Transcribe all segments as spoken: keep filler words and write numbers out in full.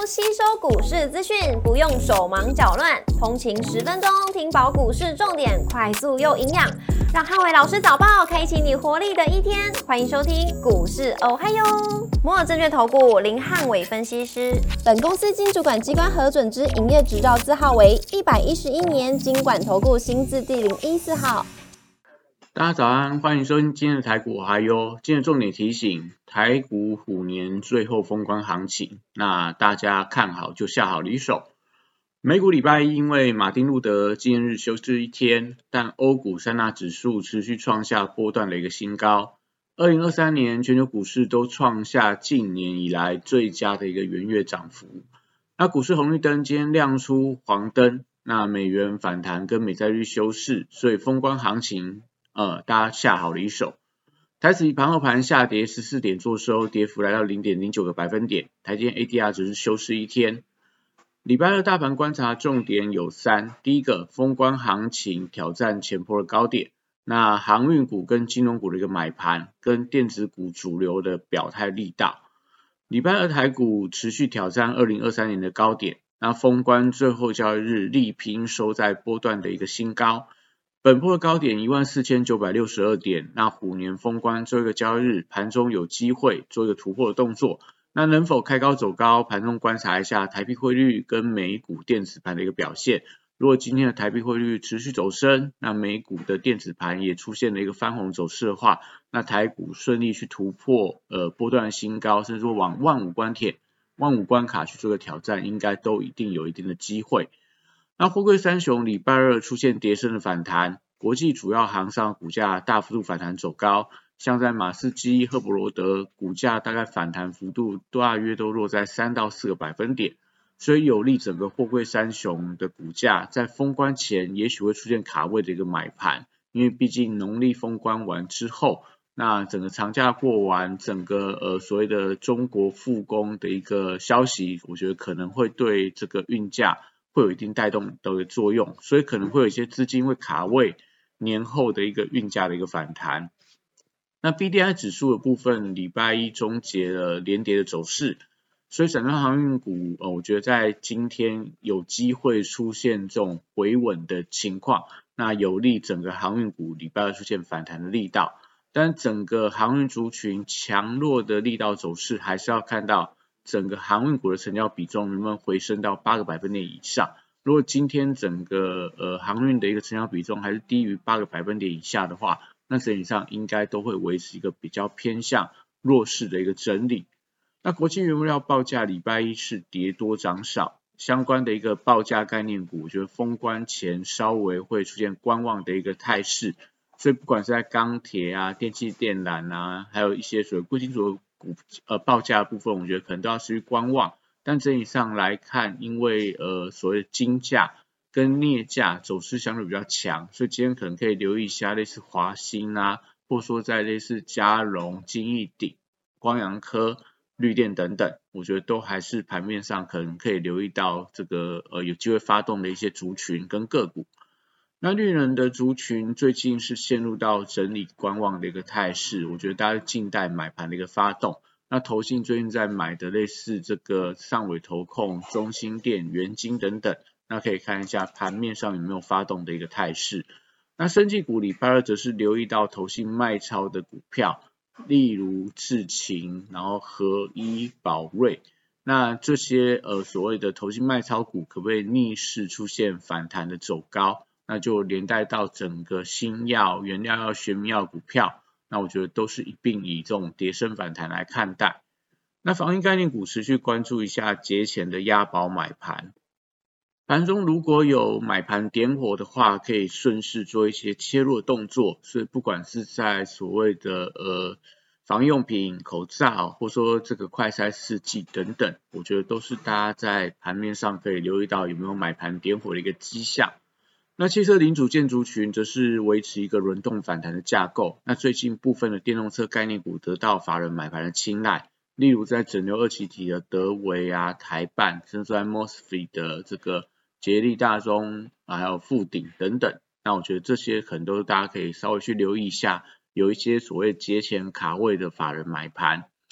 吸收股市资讯，不用手忙脚乱，通勤十分钟听饱股市重点，快速又营养，让汉伟老师早报开启你活力的一天。欢迎收听股市哦嗨哟，摩尔证券投顾林汉伟分析师。本公司经主管机关核准之营业执照字号为一百一十一年金管投顾新字第零一四号。 大家早安，欢迎收听今天的台股哦嗨哟。今天的重点提醒，台股虎年最后封关行情，那大家看好就下好离手。美股礼拜一因为马丁路德纪念日休市一天，但欧股三大指数持续创下波段的一个新高。二零二三年全球股市都创下近年以来最佳的一个元月涨幅。那股市红绿灯今天亮出黄灯，那美元反弹跟美债率休市，所以封关行情呃，大家下好离手。台指盘后盘下跌十四点做收，跌幅来到 零点零九 个百分点。台积电 A D R 只是休市一天。礼拜二大盘观察重点有三，第一个，封关行情挑战前波的高点。那航运股跟金融股的一个买盘，跟电子股主流的表态力道。礼拜二台股持续挑战二零二三年的高点，那封关最后交易日力拼收在波段的一个新高。本波的高点 一万四千九百六十二 点，那虎年封关最后一个交易日，盘中有机会做一个突破的动作。那能否开高走高，盘中观察一下台币汇率跟美股电子盘的一个表现。如果今天的台币汇率持续走升，那美股的电子盘也出现了一个翻红走势的话，那台股顺利去突破呃波段的新高，甚至说往万五关铁、万五关卡去做个挑战，应该都一定有一定的机会。那货柜三雄礼拜二出现跌升的反弹，国际主要航商股价大幅度反弹走高，像在马士基、赫伯罗德股价大概反弹幅度大约都落在三到四个百分点，所以有利整个货柜三雄的股价在封关前也许会出现卡位的一个买盘，因为毕竟农历封关完之后，那整个长假过完，整个呃所谓的中国复工的一个消息，我觉得可能会对这个运价会有一定带动的作用，所以可能会有一些资金会卡位年后的一个运价的一个反弹。那 B D I 指数的部分，礼拜一终结了连跌的走势，所以整个航运股、呃、我觉得在今天有机会出现这种回稳的情况，那有利整个航运股礼拜二出现反弹的力道。但整个航运族群强弱的力道走势，还是要看到整个航运股的成交比重能不能回升到八个百分点以上。如果今天整个呃航运的一个成交比重还是低于八个百分点以下的话，那整体上应该都会维持一个比较偏向弱势的一个整理。那国际原物料报价礼拜一是跌多涨少，相关的一个报价概念股，我觉得封关前稍微会出现观望的一个态势，所以不管是在钢铁啊、电气电缆啊，还有一些所谓贵金属的股呃报价的部分，我觉得可能都要持续观望。但整体上来看，因为呃所谓的金价跟镍价走势相对比较强，所以今天可能可以留意一下类似华兴啊，或说在类似嘉荣、金益鼎、光阳科、绿电等等，我觉得都还是盘面上可能可以留意到这个呃有机会发动的一些族群跟个股。那绿能的族群最近是陷入到整理观望的一个态势，我觉得大家静待买盘的一个发动。那投信最近在买的类似这个上尾投控、中兴电、元晶等等，那可以看一下盘面上有没有发动的一个态势。那生技股礼拜二则是留意到投信卖超的股票，例如智勤，然后合一、宝瑞，那这些呃所谓的投信卖超股可不可以逆势出现反弹的走高？那就连带到整个新药、原料药、学名药股票，那我觉得都是一并以这种跌升反弹来看待。那防疫概念股持续关注一下节前的押宝买盘，盘中如果有买盘点火的话，可以顺势做一些切入的动作，所以不管是在所谓的呃防疫用品、口罩，或说这个快筛试剂等等，我觉得都是大家在盘面上可以留意到有没有买盘点火的一个迹象。那汽车零组件族群则是维持一个轮动反弹的架构，那最近部分的电动车概念股得到法人买盘的青睐，例如在整流二极体的德微啊、台半，甚至在 M O S F E T 的这个捷力大中、啊、还有富鼎等等，那我觉得这些可能都是大家可以稍微去留意一下，有一些所谓节前卡位的法人买盘。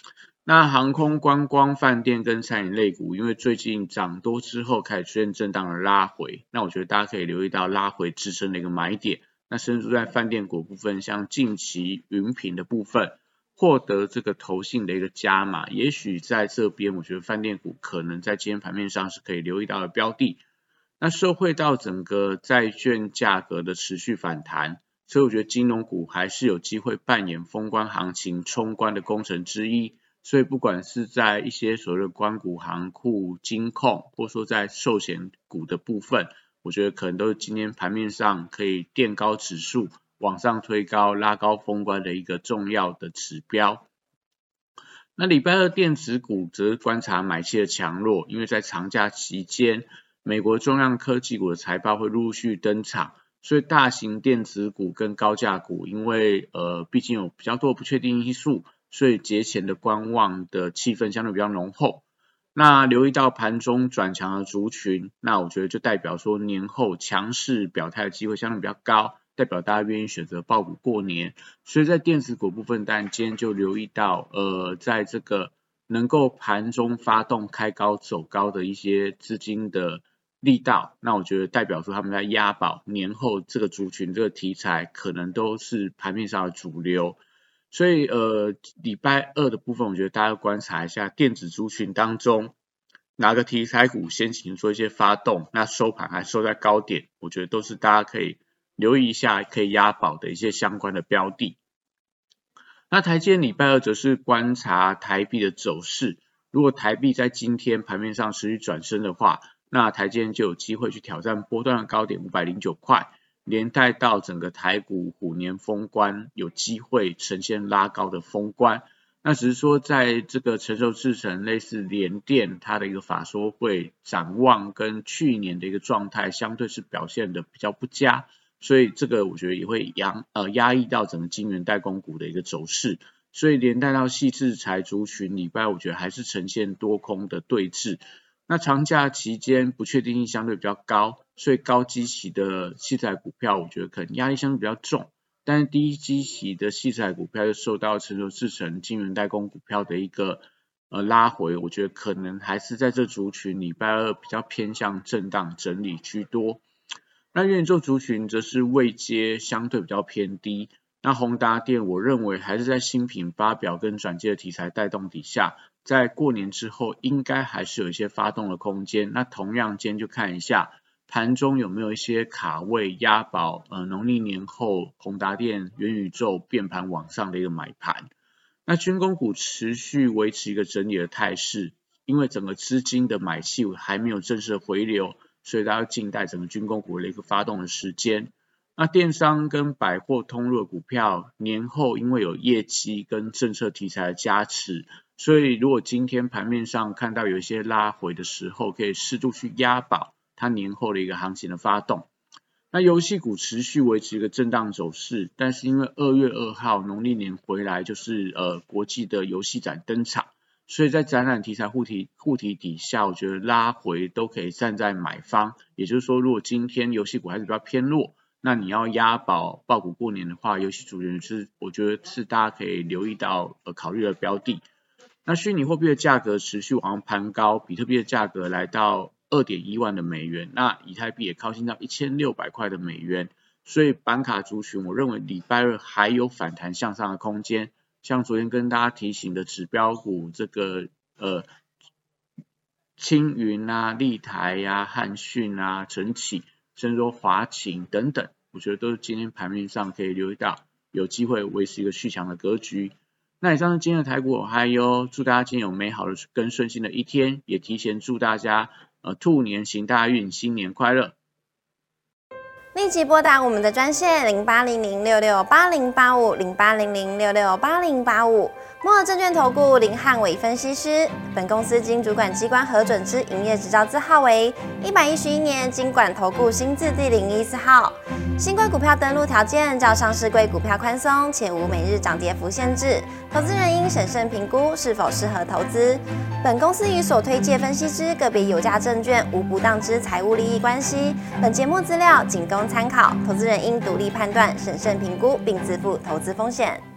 那航空观光饭店跟餐饮类股，因为最近涨多之后开始出现震荡的拉回，那我觉得大家可以留意到拉回支撑的一个买点。那甚至在饭店股部分，像近期云品的部分获得这个投信的一个加码，也许在这边我觉得饭店股可能在今天盘面上是可以留意到的标的。那受惠到整个债券价格的持续反弹，所以我觉得金融股还是有机会扮演封关行情冲关的功臣之一。所以不管是在一些所谓的官股、行库、金控，或说在寿险股的部分，我觉得可能都是今天盘面上可以垫高指数往上推高、拉高封关的一个重要的指标。那礼拜二电子股则观察买气的强弱，因为在长假期间，美国重量科技股的财报会陆续登场，所以大型电子股跟高价股，因为呃毕竟有比较多的不确定因素，所以节前的观望的气氛相对比较浓厚。那留意到盘中转强的族群，那我觉得就代表说年后强势表态的机会相对比较高，代表大家愿意选择抱股过年。所以在电子股部分，当然今天就留意到呃在这个能够盘中发动开高走高的一些资金的力道，那我觉得代表说他们在押宝年后这个族群这个题材可能都是盘面上的主流。所以呃礼拜二的部分，我觉得大家要观察一下电子族群当中哪个题材股先行做一些发动，那收盘还收在高点，我觉得都是大家可以留意一下可以押宝的一些相关的标的。那台积电礼拜二则是观察台币的走势，如果台币在今天盘面上持续转升的话，那台积电就有机会去挑战波段的高点五百零九块，连带到整个台股虎年封关有机会呈现拉高的封关。那只是说在这个成熟制程类似联电它的一个法说会展望跟去年的一个状态相对是表现的比较不佳，所以这个我觉得也会压呃压抑到整个晶圆代工股的一个走势，所以连带到矽智财族群礼拜我觉得还是呈现多空的对峙。那长假期间不确定性相对比较高，所以高基期的矽智财股票我觉得可能压力相对比较重，但是低基期的矽智财股票又受到成熟制程晶圆代工股票的一个呃拉回，我觉得可能还是在这族群礼拜二比较偏向震荡整理居多。那元宇宙族群则是位阶相对比较偏低，那宏达电我认为还是在新品发表跟转接的题材带动底下，在过年之后应该还是有一些发动的空间。那同样今天就看一下盘中有没有一些卡位押宝呃农历年后宏达电元宇宙变盘往上的一个买盘。那军工股持续维持一个整理的态势，因为整个资金的买气还没有正式的回流，所以大家要静待整个军工股的一个发动的时间。那电商跟百货通路的股票年后因为有业绩跟政策题材的加持，所以如果今天盘面上看到有一些拉回的时候，可以适度去押宝它年后的一个行情的发动。那游戏股持续维持一个震荡走势，但是因为二月二号农历年回来就是呃国际的游戏展登场，所以在展览题材护体护体底下，我觉得拉回都可以站在买方，也就是说如果今天游戏股还是比较偏弱，那你要押宝抱股过年的话，游戏族群是我觉得是大家可以留意到呃考虑的标的。那虚拟货币的价格持续往上攀高，比特币的价格来到 二点一万的美元，那以太币也靠近到一千六百块的美元，所以板卡族群我认为礼拜二还有反弹向上的空间。像昨天跟大家提醒的指标股，这个呃青云啊、立台啊、汉讯啊、晨起，甚至说华勤等等，我觉得都是今天盘面上可以留意到，有机会维持一个续强的格局。那以上是今天的台股我嗨哟，祝大家今天有美好的跟顺心的一天，也提前祝大家呃兔年行大运，新年快乐。 立即拨打我们的专线零八零零六六八零八五零八零零六六八零八五。摩尔证券投顾林汉伟分析师，本公司经主管机关核准之营业执照字号为一百一十一年金管投顾新字第零一四号。新规股票登录条件较上市柜股票宽松，且无每日涨跌幅限制，投资人应审慎评估是否适合投资。本公司与所推介分析之个别有价证券无不当之财务利益关系。本节目资料仅供参考，投资人应独立判断、审慎评估，并自负投资风险。